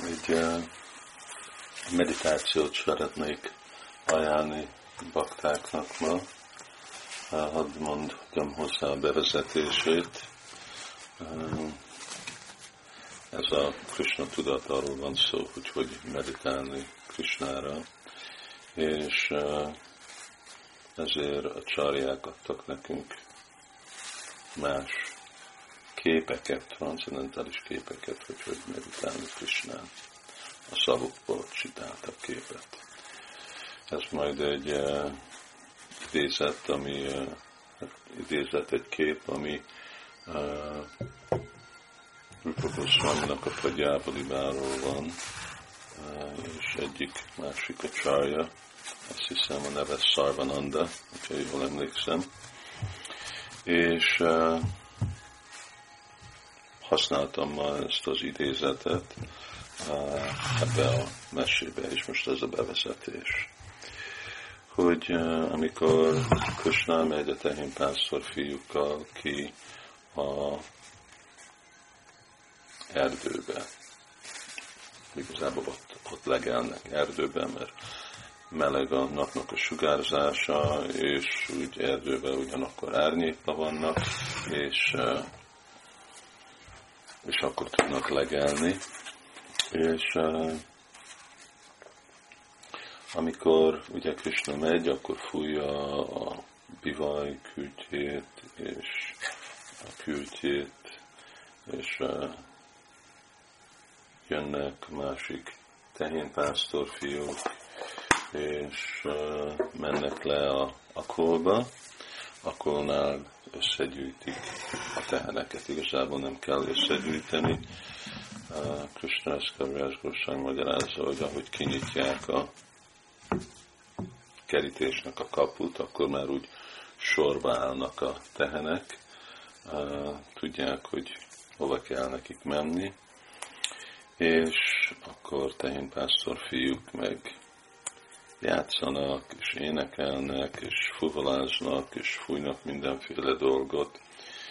Egy meditációt szeretnék ajánlani baktáknak ma. Hadd mondjam hozzá a bevezetését. Ez a Krishna tudat, arról van szó, hogy meditálni Krishnára, és ezért a csárják adtak nekünk más képeket, transzendentális képeket, hogy meditálni Krishnán. A szavukból csináltak képet. Ez majd egy idézet, egy kép, ami Rupa Goswaminak a Pragyávaliváról van, és egyik másik a csárja, azt hiszem a neve Sarvananda, hogyha jól emlékszem, és használtam ma ezt az idézetet ebbe a mesébe, és most ez a bevezetés. Hogy amikor Krishna megy a tehénpásztor fiúkkal ki a erdőbe, igazából ott legelnek erdőben, mert meleg a napnak a sugárzása, és úgy erdőben ugyanakkor árnyékban vannak, és akkor tudnak legelni. És amikor ugye Krishna megy, akkor fújja a bivaj kürtjét, és a kürtjét, és jönnek másik tehénpásztor fiúk, és mennek le a kolba, a kolnál összegyűjtik a teheneket. Igazából nem kell összegyűjteni. Krishna Kaviraj Goswami magyarázza, hogy ahogy kinyitják a kerítésnek a kaput, akkor már úgy sorba állnak a tehenek, tudják, hogy hova kell nekik menni, és akkor tehénpásztor fiúk meg játszanak, és énekelnek, és fuvoláznak, és fújnak mindenféle dolgot.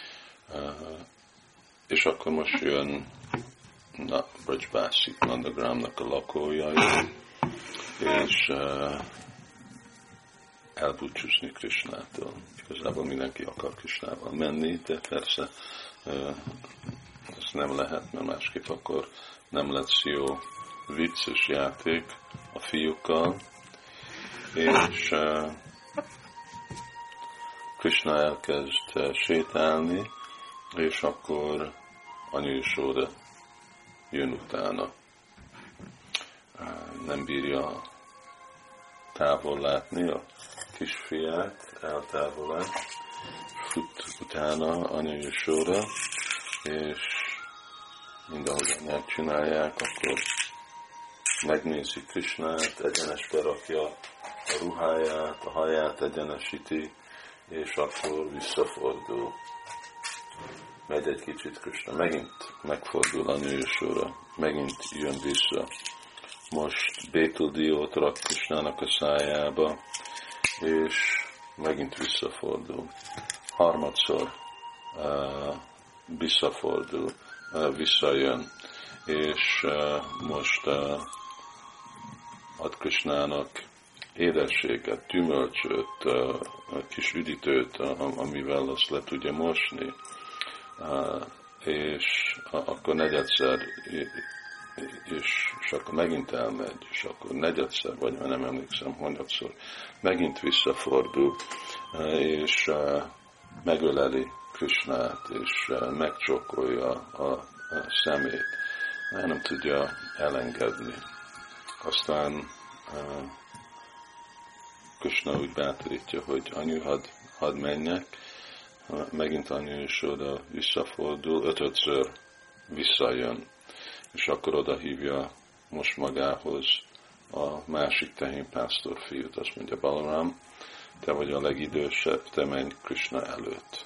És akkor most jön Brajbásik Nandagramnak a lakójai, és elbúcsúzni Krishnától. Igazából mindenki akar Krishnával menni, de persze ez nem lehet, mert másképp akkor nem lesz jó vicces játék a fiúkkal, és Krishna elkezd sétálni, és akkor Anya Yashoda jön utána. Nem bírja távol látni a kisfiát, eltávolán, fut utána Anya Yashoda, és mindahogyan megcsinálják, akkor megnézi Krishnát, egyenesbe rakja a ruháját, a haját egyenesíti, és akkor visszafordul. Megy egy kicsit Krishna, megint megfordul a nősóra, megint jön vissza. Most bétuldiót rak Krishnának a szájába, és megint visszafordul. Harmadszor visszafordul, visszajön, és most ad Krishnának édességet, gyümölcsöt, kis üdítőt, amivel azt le tudja mosni, és akkor negyedszer, és akkor megint elmegy, és akkor negyedszer, vagy nem emlékszem, hanyatszor, megint visszafordul, és megöleli Krishnát, és megcsókolja a szemét, nem tudja elengedni. Aztán Krishna úgy bátorítja, hogy anyu, hadd menjek, megint Anya Yashoda visszafordul, ötödször visszajön, és akkor oda hívja most magához a másik tehénpásztor fiút, azt mondja, Balaram, te vagy a legidősebb, te menj Krishna előtt.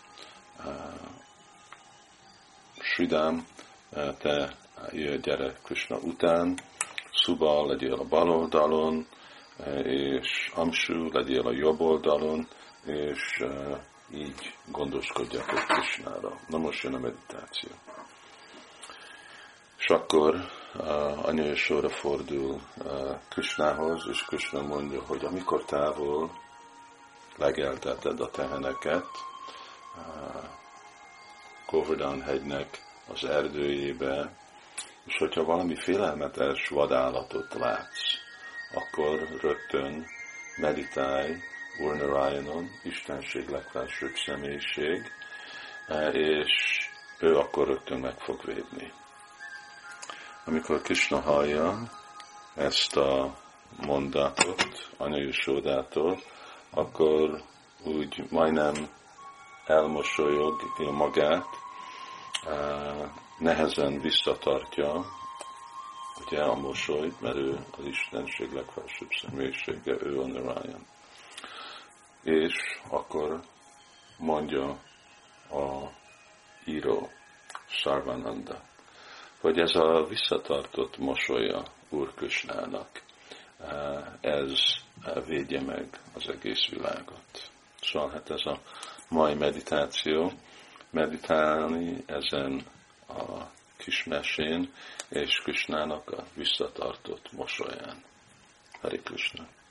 Sridám, te gyere Krishna után, Subal, legyél a bal oldalon, és Amshu, legyél a jobb oldalon, és így gondoskodjatok Krishnára. Na most jön a meditáció. És akkor Anya Yashoda fordul Krishnához, és Krishna mondja, hogy amikor távol legelteted a teheneket Govardhan hegynek az erdőjébe, és hogyha valami félelmetes vadállatot látsz, akkor rögtön meditálj Úr Narayanon, Istenség legfelsőbb személyiség, és ő akkor rögtön meg fog védni. Amikor Krishna hallja ezt a mondatot Anya Yashodától, akkor úgy majdnem elmosolyogja magát, nehezen visszatartja ugye a mosolyt, mert ő az Istenség legfelsőbb személyisége, ő a Narayan. És akkor mondja a író, Sarvananda, hogy ez a visszatartott mosolya Úr Krishnának, ez védje meg az egész világot. Szóval hát ez a mai meditáció, meditálni ezen a kis mesén, és Krishnának a visszatartott mosolyán. Hare Krishna.